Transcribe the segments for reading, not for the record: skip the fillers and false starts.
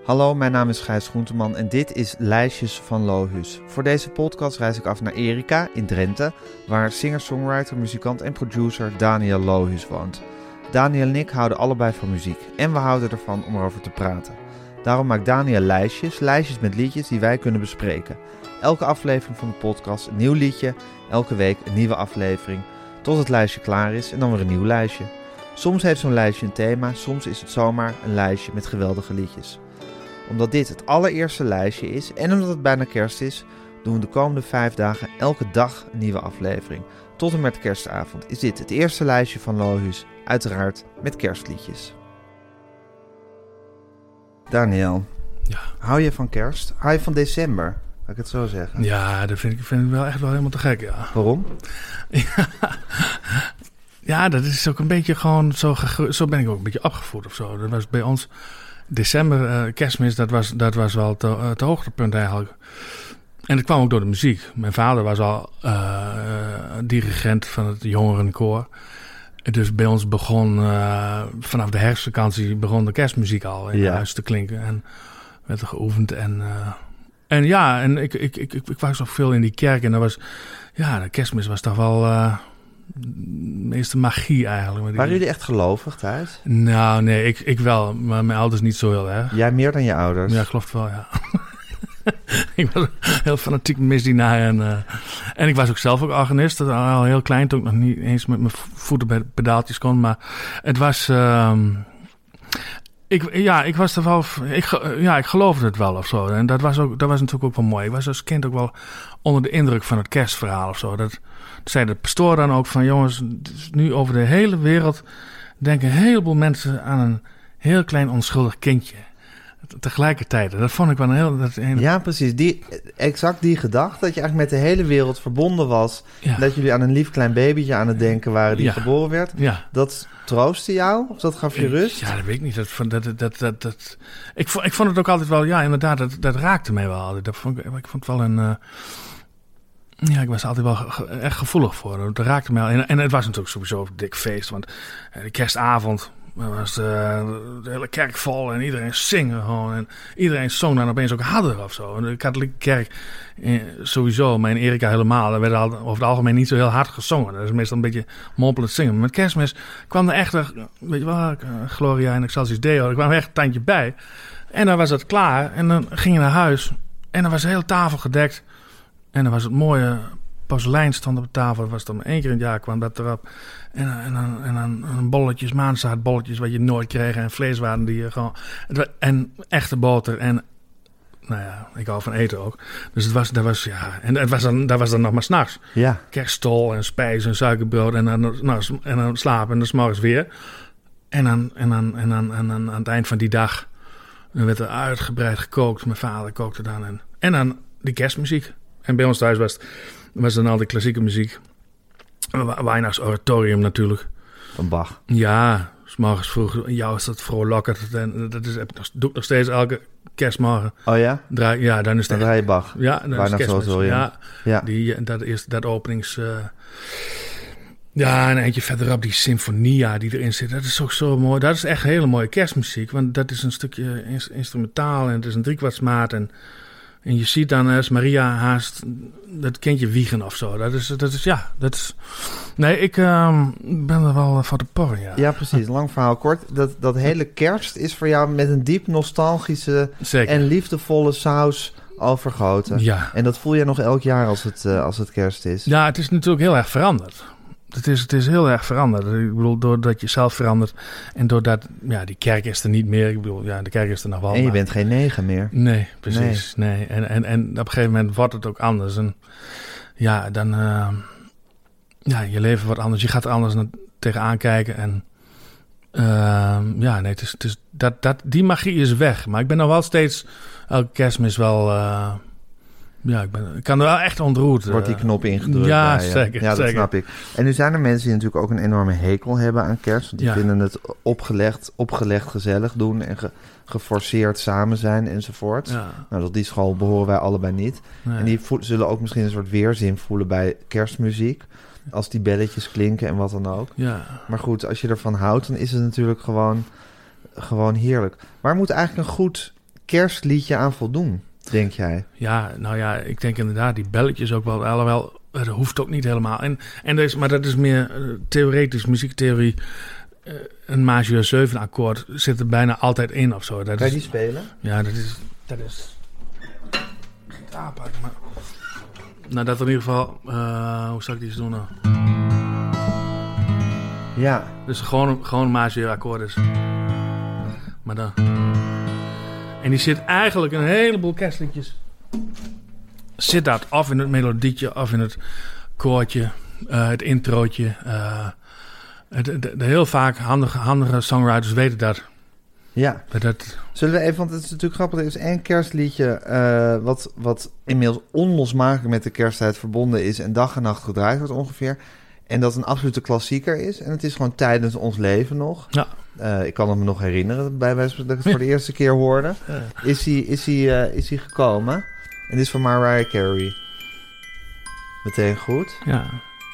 Hallo, mijn naam is Gijs Groenteman en dit is Lijstjes van Lohuus. Voor deze podcast reis ik af naar Erika in Drenthe, waar singer-songwriter, muzikant en producer Daniel Lohuus woont. Daniel en ik houden allebei van muziek en we houden ervan om erover te praten. Daarom maakt Daniel lijstjes met liedjes die wij kunnen bespreken. Elke aflevering van de podcast een nieuw liedje, elke week een nieuwe aflevering, tot het lijstje klaar is en dan weer een nieuw lijstje. Soms heeft zo'n lijstje een thema, soms is het zomaar een lijstje met geweldige liedjes. Omdat dit het allereerste lijstje is en omdat het bijna kerst is, doen we de komende 5 dagen elke dag een nieuwe aflevering. Tot en met kerstavond is dit het eerste lijstje van Lohuus, uiteraard met kerstliedjes. Daniel, ja. Hou je van kerst? Hou je van december? Laat ik het zo zeggen. Ja, dat vind ik wel echt wel helemaal te gek, ja. Waarom? Ja, dat is ook een beetje gewoon zo ben ik ook een beetje opgevoed of zo. Dat was bij ons december, kerstmis, dat was wel het hoogtepunt eigenlijk. En dat kwam ook door de muziek. Mijn vader was al dirigent van het jongerenkoor. Dus bij ons begon vanaf de herfstvakantie begon de kerstmuziek al in huis te klinken. En werd er geoefend. En ik was ook veel in die kerk. En de kerstmis was toch wel de meeste magie eigenlijk. Waren jullie echt gelovig thuis? Nou, nee, ik wel. Maar mijn ouders niet zo heel erg. Jij meer dan je ouders? Ja, ik geloof het wel, ja. Ik was een heel fanatiek misdienaar. En ik was ook zelf ook organist. Al heel klein, toen ik nog niet eens met mijn voeten bij de pedaaltjes kon. Maar het was... Ik was er wel... Ik geloofde het wel of zo. En dat was natuurlijk ook wel mooi. Ik was als kind ook wel onder de indruk van het kerstverhaal of zo. Dat zei de pastoor dan ook van... Jongens, nu over de hele wereld denken een heleboel mensen aan een heel klein onschuldig kindje. Tegelijkertijd. Dat vond ik wel een heel... Ja, precies. Exact die gedachte. Dat je eigenlijk met de hele wereld verbonden was. Ja. Dat jullie aan een lief klein babytje aan het denken waren die geboren werd. Ja. Dat troostte jou? Of dat gaf je rust? Ja, dat weet ik niet. Ik vond het ook altijd wel... Ja, inderdaad, dat raakte mij wel altijd. Ik vond het wel een... ik was altijd wel echt gevoelig voor. Dat raakte mij wel. En het was natuurlijk sowieso een dik feest. Want de kerstavond... Dan was de hele kerk vol en iedereen zingen gewoon. En iedereen zong dan opeens ook harder of zo. En de katholieke kerk sowieso, maar in Erika helemaal. Daar werd over het algemeen niet zo heel hard gezongen. Dat is meestal een beetje mompelend zingen. Maar met kerstmis kwam er echt, weet je wel, Gloria en Excelsis Deo. Er kwam echt een tandje bij. En dan was het klaar. En dan ging je naar huis. En dan was de hele tafel gedekt. En dan was het mooie... porselein stond op de tafel. Dat was dan 1 keer in het jaar kwam dat erop. En dan bolletjes, maanzaadbolletjes wat je nooit kreeg. En vleeswaren die je gewoon... En echte boter. En nou ja, ik hou van eten ook. Dus dat was dan nog maar 's nachts. Ja. Kerststol en spijs en suikerbrood. En dan slapen en dan 's morgens weer. En dan aan het eind van die dag... dan werd er uitgebreid gekookt. Mijn vader kookte dan. En dan de kerstmuziek. En bij ons thuis was dan al de klassieke muziek. Weihnachts oratorium natuurlijk. Van Bach. Ja, 's morgens vroeg. Ja, is dat vrolijkerd. Dat doe ik nog steeds elke kerstmorgen. Oh ja? Dan draai je Bach. Ja, dan is het kerstmis. Ja. Dat openings... en een eentje verderop die symfonia die erin zit. Dat is ook zo mooi. Dat is echt hele mooie kerstmuziek. Want dat is een stukje instrumentaal. En het is een 3/4 En je ziet dan als Maria haast dat kindje wiegen of zo. Dat is... Nee, ik ben er wel voor de porren, ja. Ja, precies. Lang verhaal kort. Dat hele kerst is voor jou met een diep nostalgische en liefdevolle saus overgoten. Ja. En dat voel je nog elk jaar als het kerst is. Ja, het is natuurlijk heel erg veranderd. Het is heel erg veranderd. Ik bedoel, doordat je zelf verandert en doordat, die kerk is er niet meer. Ik bedoel, de kerk is er nog wel. En je bent geen 9 meer. Nee, precies. Nee. En op een gegeven moment wordt het ook anders. En dan, je leven wordt anders. Je gaat er anders tegenaan kijken. En het is die magie is weg. Maar ik ben nog wel steeds, elke kerstmis wel... ik kan er wel echt ontroerd. Wordt die knop ingedrukt. Ja, zeker. Ja, dat snap ik. En nu zijn er mensen die natuurlijk ook een enorme hekel hebben aan kerst. Want die vinden het opgelegd gezellig doen en geforceerd samen zijn enzovoort. Ja. Nou, tot die school behoren wij allebei niet. Nee. En die zullen ook misschien een soort weerzin voelen bij kerstmuziek. Als die belletjes klinken en wat dan ook. Ja. Maar goed, als je ervan houdt, dan is het natuurlijk gewoon heerlijk. Waar moet eigenlijk een goed kerstliedje aan voldoen, denk jij? Ja, nou ja, ik denk inderdaad die belletjes ook wel. Alhoewel, dat hoeft ook niet helemaal. Maar dat is meer theoretisch, muziektheorie. Een majeur 7 akkoord zit er bijna altijd in of zo. Kan je die spelen? Ja, dat is... pak maar. Nou, dat in ieder geval... hoe zal ik die eens doen nou? Ja. Dus gewoon een majeur akkoord is. Maar dan... En die zit eigenlijk in een heleboel kerstliedjes. Zit dat of in het melodietje of in het koortje, het introotje. Heel vaak handige songwriters weten dat. Ja. Zullen we even, want het is natuurlijk grappig, er is 1 kerstliedje wat inmiddels onlosmakelijk met de kersttijd verbonden is en dag en nacht gedraaid wordt ongeveer. En dat een absolute klassieker is. En het is gewoon tijdens ons leven nog. Ja. Ik kan het me nog herinneren, bij wijze van dat ik het voor de eerste keer hoorde. Ja. Is hij gekomen. En dit is van Mariah Carey. Meteen goed. Ja.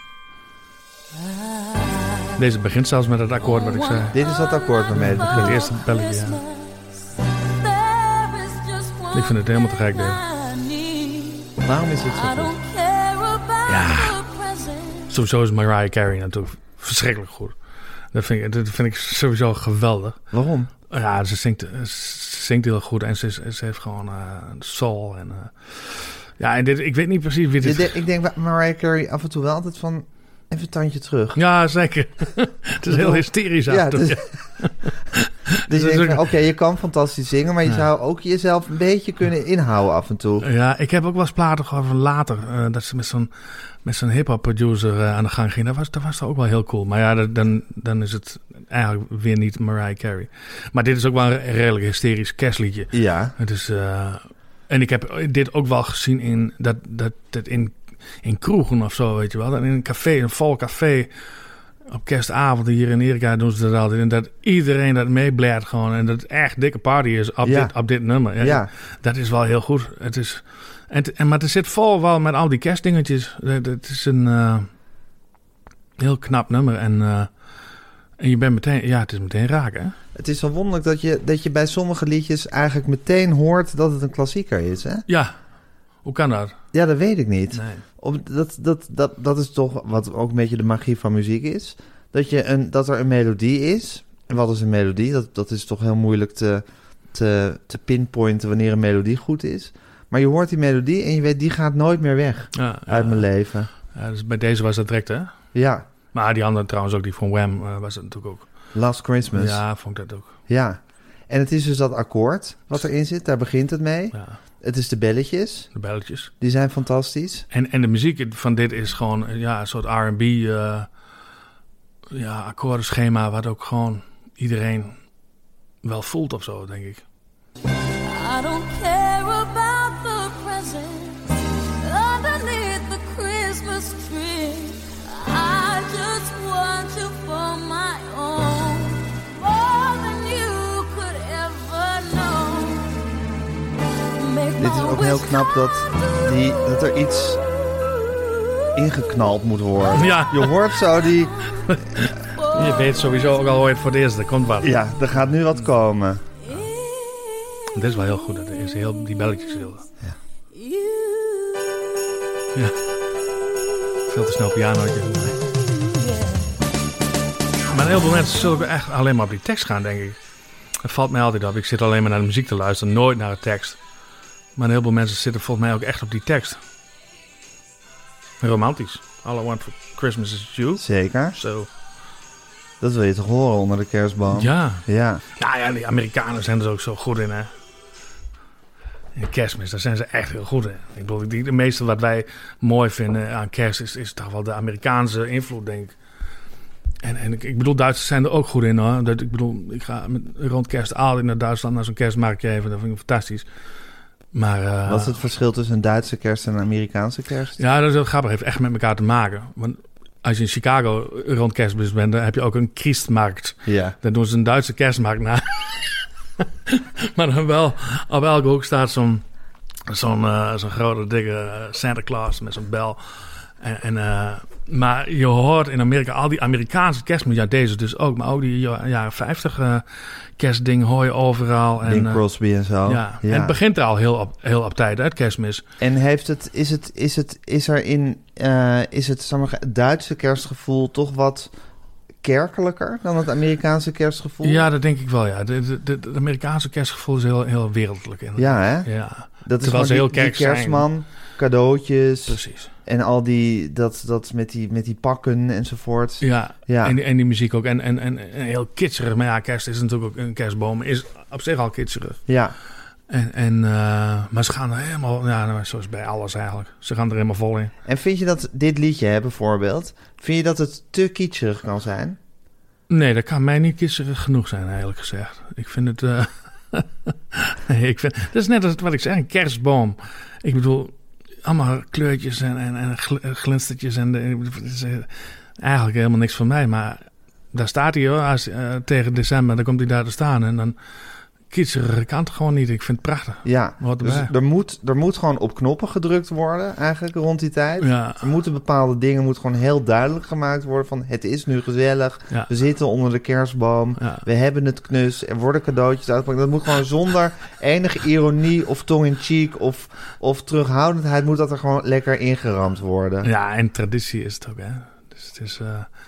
Deze begint zelfs met het akkoord wat ik zei. Dit is dat akkoord waarmee het begint. Het eerste belletje, ja. Ik vind het helemaal te gek, deze. Waarom is dit zo goed? Ja. Sowieso is Mariah Carey natuurlijk verschrikkelijk goed. Dat vind ik sowieso geweldig. Waarom? Ja, ze zingt heel goed en ze heeft gewoon soul. En, ja, en ik weet niet precies wie dit... Ik denk bij Mariah Carey af en toe wel altijd van... Even een tandje terug. Ja, zeker. Het is heel hysterisch af en toe. Ja. Dus je denkt, oké, je kan fantastisch zingen... maar je zou ook jezelf een beetje kunnen inhouden af en toe. Ja, ik heb ook wel eens platen gehad van later... dat ze met zo'n hip-hop producer aan de gang ging. Dat was ook wel heel cool. Maar ja, dan is het eigenlijk weer niet Mariah Carey. Maar dit is ook wel een redelijk hysterisch kerstliedje. Ja. Het is, en ik heb dit ook wel gezien in in kroegen of zo, weet je wel. En in een café, een vol café... Op kerstavond hier in Erika doen ze dat altijd. En dat iedereen dat meeblaert gewoon. En dat het echt dikke party is op dit nummer. Ja. Dat is wel heel goed. Het is, maar het zit vol wel met al die kerstdingetjes. Het is een heel knap nummer. En je bent meteen... Ja, het is meteen raak, hè? Het is wel wonderlijk dat je bij sommige liedjes eigenlijk meteen hoort dat het een klassieker is, hè? Ja. Hoe kan dat? Ja, dat weet ik niet. Nee. Dat is toch wat ook een beetje de magie van muziek is. Dat er een melodie is. En wat is een melodie? Dat is toch heel moeilijk te pinpointen wanneer een melodie goed is. Maar je hoort die melodie en je weet, die gaat nooit meer weg uit mijn leven. Ja, dus bij deze was dat direct, hè? Ja. Maar die andere trouwens ook, die van Wham, was het natuurlijk ook. Last Christmas. Ja, vond ik dat ook. Ja. En het is dus dat akkoord wat erin zit. Daar begint het mee. Ja. Het is de belletjes. De belletjes. Die zijn fantastisch. En de muziek van dit is gewoon een soort R&B akkoordenschema... wat ook gewoon iedereen wel voelt of zo, denk ik. I don't care about the presents underneath the Christmas tree. I just want you for my own. More than you could ever know. Dit is ook heel knap dat er iets ingeknald moet worden. Ja. Je hoort zo die... Je weet sowieso ook al ooit voor het eerst, er komt wat. Ja, er gaat nu wat komen. Dit is wel heel goed, die belletjes heel... Ja. Ja. Veel te snel pianootje. Maar heel veel mensen zullen echt alleen maar op die tekst gaan, denk ik. Dat valt mij altijd op. Ik zit alleen maar naar de muziek te luisteren, nooit naar de tekst. Maar heel veel mensen zitten volgens mij ook echt op die tekst. Romantisch. All I want for Christmas is you. Zeker. So. Dat wil je toch horen onder de kerstboom? Ja. Ja. Nou ja, die Amerikanen zijn er ook zo goed in, hè. In kerstmis, daar zijn ze echt heel goed in. Ik bedoel, de meeste wat wij mooi vinden aan kerst is toch wel de Amerikaanse invloed, denk ik. En ik bedoel, Duitsers zijn er ook goed in, hoor. Ik ga rond kerst altijd naar Duitsland, naar zo'n kerstmarktje even. Dat vind ik fantastisch. Maar, wat is het verschil tussen een Duitse kerst en een Amerikaanse kerst? Ja, dat is heel grappig. Het heeft echt met elkaar te maken. Want als je in Chicago rond kerstmis bent, dan heb je ook een Christmarkt. Ja. Dan doen ze een Duitse kerstmarkt na. Maar dan wel, op elke hoek staat zo'n grote, dikke Santa Claus met zo'n bel. Maar je hoort in Amerika al die Amerikaanse kerstmuziek, ja, deze dus ook, maar ook die jaren 50 kerstdingen hoor je overal. En, Bing Crosby en zo. Ja. En het begint er al heel op tijd, hè, het kerstmis. En is het zeg maar, het Duitse kerstgevoel toch wat kerkelijker dan het Amerikaanse kerstgevoel? Ja, dat denk ik wel, ja. Het Amerikaanse kerstgevoel is heel wereldelijk. Inderdaad. Ja, hè? Ja. Dat is wel heel heel die kerstman, cadeautjes. Precies. En al die, dat met die pakken enzovoort. Ja. Ja. En die muziek ook. En heel kitscherig. Maar ja, kerst is natuurlijk ook een kerstboom. Is op zich al kitscherig. Ja. Maar ze gaan er helemaal, ja, zoals bij alles eigenlijk. Ze gaan er helemaal vol in. En vind je dat dit liedje, hè, bijvoorbeeld, vind je dat het te kitscherig kan zijn? Nee, dat kan mij niet kitscherig genoeg zijn, eigenlijk gezegd. Ik vind het... dat is net als wat ik zeg, een kerstboom. Ik bedoel, allemaal kleurtjes en glinstertjes. Het is eigenlijk helemaal niks van mij. Maar daar staat hij hoor, tegen december. Dan komt hij daar te staan en dan... Kitscherig kan het gewoon niet. Ik vind het prachtig. Ja, dus er moet gewoon op knoppen gedrukt worden eigenlijk rond die tijd. Ja. Er moeten bepaalde dingen gewoon heel duidelijk gemaakt worden van het is nu gezellig. Ja. We zitten onder de kerstboom. Ja. We hebben het knus. Er worden cadeautjes uitgepakt. Dat moet gewoon zonder enige ironie of tong-in-cheek of terughoudendheid moet dat er gewoon lekker ingeramd worden. Ja, en traditie is het ook, hè. Dus het is...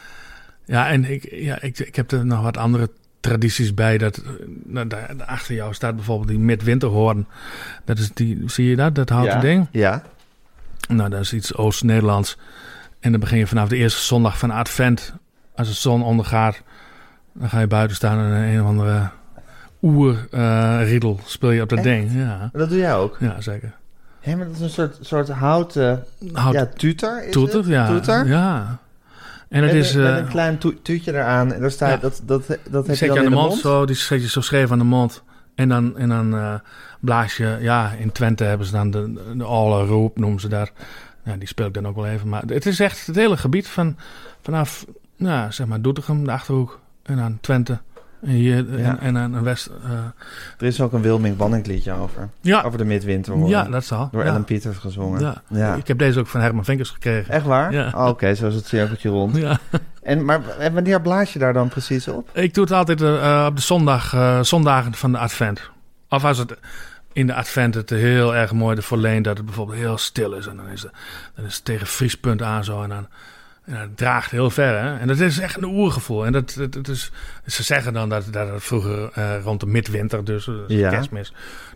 ik heb er nog wat andere tradities bij. Dat achter jou staat bijvoorbeeld die midwinterhoorn. Dat is die, zie je dat? Dat houten ding? Ja. Nou, dat is iets Oost-Nederlands. En dan begin je vanaf de eerste zondag van Advent. Als de zon ondergaat, dan ga je buiten staan en een of andere oerriedel speel je op dat ding. Ja. Dat doe jij ook? Ja, zeker. Hé, maar dat is een soort houten tuter, is toeter, het? Ja. Toeter? Ja. En het is met een klein tuutje eraan en daar staat dat heb je dan in de mond. Zo, die zet je zo scheef aan de mond. En dan blaas je, in Twente hebben ze dan de Alle Roep, noemen ze daar. Ja, die speel ik dan ook wel even. Maar het is echt het hele gebied vanaf, zeg maar Doetinchem, de Achterhoek, en aan Twente. En hier en aan West. Er is ook een Wilming Banning liedje over. Ja. Over de midwinterhoorn. Ja, dat zal. Door Ellen Pieters gezongen. Ja. Ik heb deze ook van Herman Vinkers gekregen. Echt waar? Ja. Oh, oké, zo is het cirkeltje rond. Ja. Maar wanneer blaas je daar dan precies op? Ik doe het altijd op de zondagen van de Advent. Of als het in de Advent het heel erg mooi ervoor leent dat het bijvoorbeeld heel stil is. En dan is het tegen vriespunt aan zo en dan... Ja, het draagt heel ver, hè? En dat is echt een oergevoel. En dat is, ze zeggen dan dat het vroeger rond de midwinter, dus kerstmis,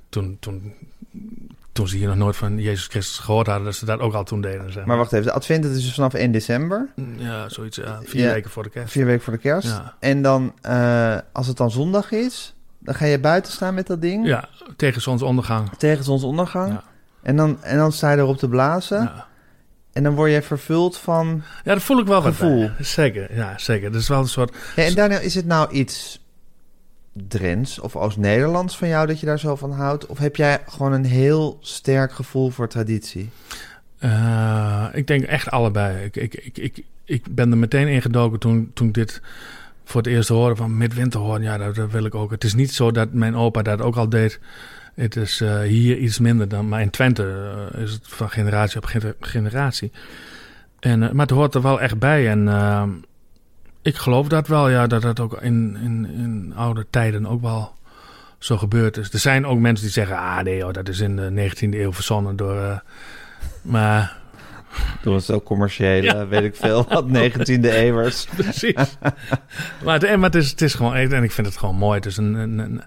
toen ze hier nog nooit van Jezus Christus gehoord hadden, dat ze dat ook al toen deden. Zeg maar. Maar wacht even, de Advent is dus vanaf 1 december? Ja, zoiets, 4 weken voor de kerst. 4 weken voor de kerst. Ja. En dan, als het dan zondag is, dan ga je buiten staan met dat ding? Ja, tegen zonsondergang. Tegen zonsondergang? Ja. En dan sta je erop te blazen? Ja. En dan word je vervuld van... Ja, dat voel ik wel gevoel. Wat bij. Zeker, ja, zeker. Dat is wel een soort... Ja, en Daniel, is het nou iets Drents of Oost-Nederlands van jou dat je daar zo van houdt? Of heb jij gewoon een heel sterk gevoel voor traditie? Ik denk echt allebei. Ik ben er meteen ingedoken toen dit voor het eerst hoorde van midwinterhoorn. Ja, dat wil ik ook. Het is niet zo dat mijn opa dat ook al deed. Het is hier iets minder dan... Maar in Twente is het van generatie op generatie. Maar het hoort er wel echt bij. En ik geloof dat wel, ja, dat dat ook in oude tijden ook wel zo gebeurd is. Er zijn ook mensen die zeggen... nee hoor, dat is in de 19e eeuw verzonnen door... maar... Door een zo commerciële, weet ik veel, wat 19e eeuwers. Precies. maar het is gewoon... En ik vind het gewoon mooi. Het is een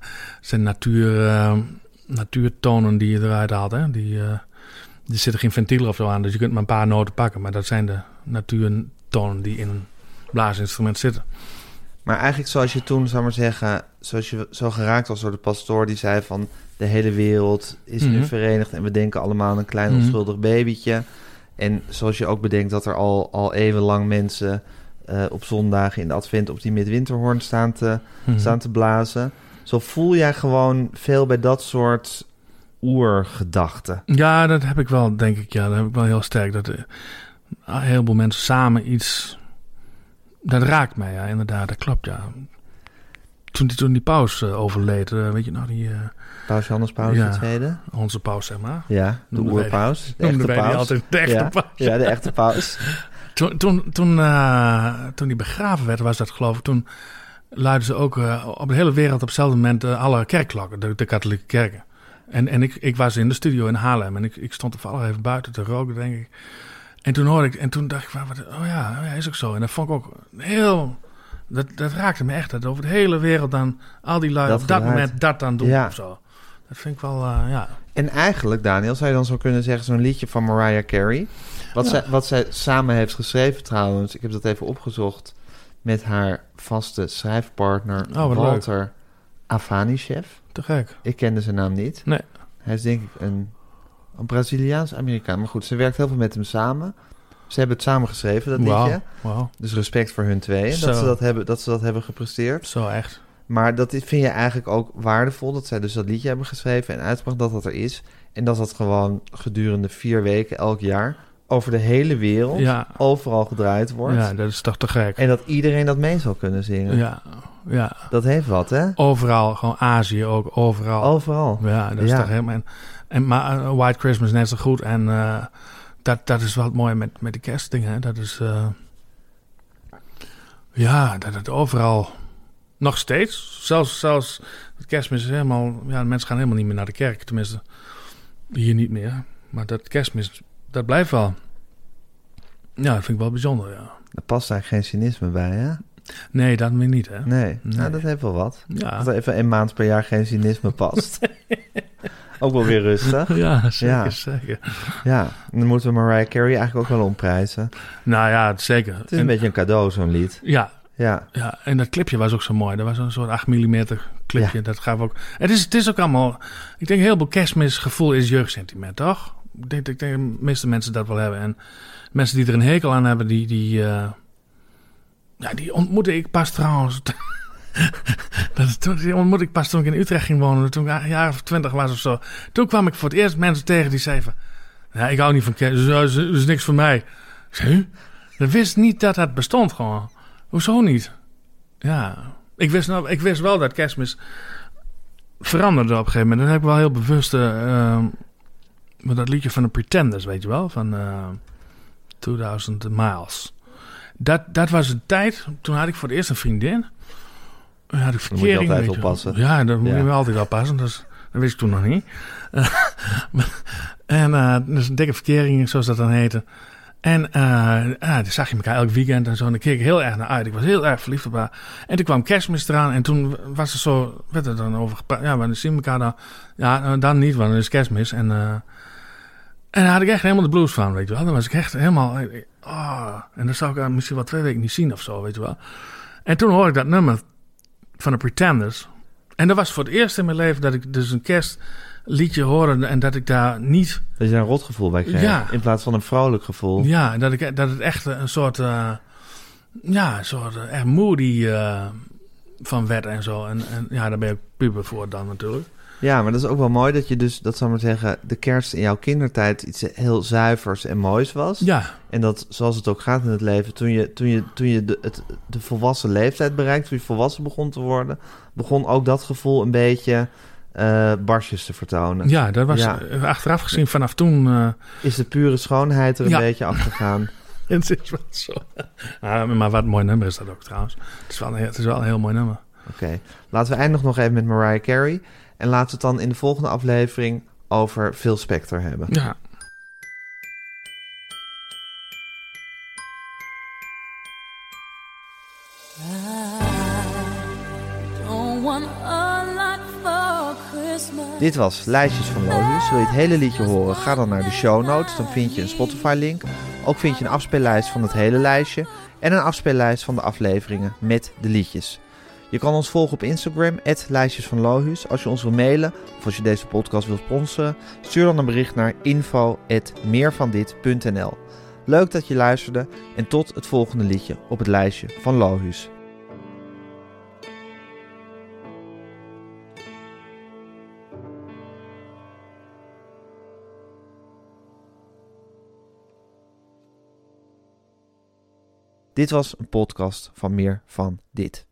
natuurtonen die je eruit haalt. Hè? Er zitten geen ventielen of zo aan, dus je kunt maar een paar noten pakken. Maar dat zijn de natuurtonen die in een blaasinstrument zitten. Maar eigenlijk zoals je toen, zou maar zeggen... zoals je zo geraakt was door de pastoor die zei van... de hele wereld is nu verenigd en we denken allemaal aan een klein onschuldig babytje. En zoals je ook bedenkt dat er al eeuwenlang mensen... op zondagen in de Advent op die midwinterhoorn staan te blazen... Zo voel jij gewoon veel bij dat soort oergedachten. Ja, dat heb ik wel, denk ik. Ja, dat heb ik wel heel sterk. Dat een heleboel mensen samen iets... Dat raakt mij, ja, inderdaad. Dat klopt, ja. toen die paus overleed, weet je nog, die... Paus Johannes Paus II? Onze paus, zeg maar. Ja, de oerpaus. De echte paus. Altijd de echte paus. Ja, de echte paus. Toen die begraven werd, was dat geloof ik, toen luidden ze ook op de hele wereld op hetzelfde moment alle kerkklokken, de katholieke kerken. En ik was in de studio in Haarlem en ik stond toevallig even buiten te roken, denk ik. En toen hoorde ik, en toen dacht ik, oh ja, is ook zo. En dat vond ik ook heel... Dat raakte me echt. Dat over de hele wereld dan al die lui op dat moment dat dan doen of zo. Dat vind ik wel, En eigenlijk, Daniel, zou je dan zo kunnen zeggen... zo'n liedje van Mariah Carey... Wat zij samen heeft geschreven trouwens... ik heb dat even opgezocht... met haar vaste schrijfpartner Walter Avanichev. Te gek. Ik kende zijn naam niet. Nee. Hij is denk ik een Braziliaans-Amerikaan. Maar goed, ze werkt heel veel met hem samen... Ze hebben het samen geschreven, dat liedje. Wow. Dus respect voor hun tweeën, dat ze dat hebben gepresteerd. Zo echt. Maar dat vind je eigenlijk ook waardevol... dat zij dus dat liedje hebben geschreven en uitgebracht dat er is. En dat dat gewoon gedurende 4 weken elk jaar... over de hele wereld, overal gedraaid wordt. Ja, dat is toch te gek. En dat iedereen dat mee zal kunnen zingen. Ja. Dat heeft wat, hè? Overal, gewoon Azië ook, overal. Overal. Ja, dat is toch helemaal... Maar White Christmas net zo goed en... Dat is wel het mooie met de kerstdingen. Hè? Dat is... dat het overal... Nog steeds. Zelfs het kerstmis is helemaal... Ja, de mensen gaan helemaal niet meer naar de kerk. Tenminste, hier niet meer. Maar dat kerstmis, dat blijft wel. Ja, dat vind ik wel bijzonder, ja. Er past eigenlijk geen cynisme bij, hè? Nee, dat meer niet, hè? Nee. Nou, dat heeft wel wat. Ja. Dat er even 1 maand per jaar geen cynisme past. Ook wel weer rustig. Ja, zeker. Ja, dan moeten we Mariah Carey eigenlijk ook wel omprijzen. Nou ja, zeker. Het is een beetje een cadeau, zo'n lied. Ja, en dat clipje was ook zo mooi. Dat was een soort 8 mm clipje. Ja. Dat gaf ook... Het is ook allemaal... Ik denk, heel veel kerstmisgevoel is jeugdsentiment, toch? Ik denk de meeste mensen dat wel hebben. En mensen die er een hekel aan hebben, die ontmoette ik pas trouwens... Die ontmoette ik pas toen ik in Utrecht ging wonen. Toen ik een jaar of 20 was of zo. Toen kwam ik voor het eerst mensen tegen die zeiden... Ja, ik hou niet van kerst, dus dat is niks voor mij. Ik zei, ik wist niet dat dat bestond gewoon. Hoezo niet? Ja, ik wist wel dat kerstmis veranderde op een gegeven moment. Dan heb ik wel heel bewust... met dat liedje van de Pretenders, weet je wel? Van 2000 Miles. Dat was een tijd... Toen had ik voor het eerst een vriendin... Ja, de verkering, moet je altijd oppassen. Ja, daar moet je wel altijd oppassen. Dat wist ik toen nog niet. Dus een dikke verkering, zoals dat dan heette. En dan zag je elkaar elk weekend en zo. En daar keek ik heel erg naar uit. Ik was heel erg verliefd op haar. En toen kwam kerstmis eraan. En toen werd er dan over gepraat. Ja, maar dan zien we elkaar dan. Ja, dan niet, want dan is kerstmis. En daar had ik echt helemaal de blues van, weet je wel. Dan was ik echt helemaal... en dan zou ik haar misschien wel 2 weken niet zien of zo, weet je wel. En toen hoorde ik dat nummer... van de Pretenders. En dat was voor het eerst in mijn leven dat ik dus een kerstliedje hoorde en dat ik daar niet... Dat je daar een rotgevoel bij kreeg, in plaats van een vrolijk gevoel. Ja, dat het echt een soort... echt moody van werd en zo. En ja, daar ben je ook puber voor dan natuurlijk. Ja, maar dat is ook wel mooi dat je dus, dat zou maar zeggen, de kerst in jouw kindertijd iets heel zuivers en moois was. Ja. En dat, zoals het ook gaat in het leven, toen je de volwassen leeftijd bereikt, toen je volwassen begon te worden, begon ook dat gevoel een beetje barsjes te vertonen. Ja, dat was achteraf gezien vanaf toen... is de pure schoonheid er een beetje afgegaan. Het is wel zo. Maar wat een mooi nummer is dat ook trouwens. Het is wel een heel mooi nummer. Oké. Laten we eindigen nog even met Mariah Carey. En laten we het dan in de volgende aflevering over Phil Spector hebben. Ja. Dit was Lijstjes van Lohuus. Wil je het hele liedje horen? Ga dan naar de show notes. Dan vind je een Spotify-link. Ook vind je een afspeellijst van het hele lijstje. En een afspeellijst van de afleveringen met de liedjes. Je kan ons volgen op Instagram, @lijstjes van Lohuus. Als je ons wil mailen of als je deze podcast wil sponsoren, stuur dan een bericht naar info@meervandit.nl. Leuk dat je luisterde en tot het volgende liedje op het lijstje van Lohuus. Dit was een podcast van Meer van Dit.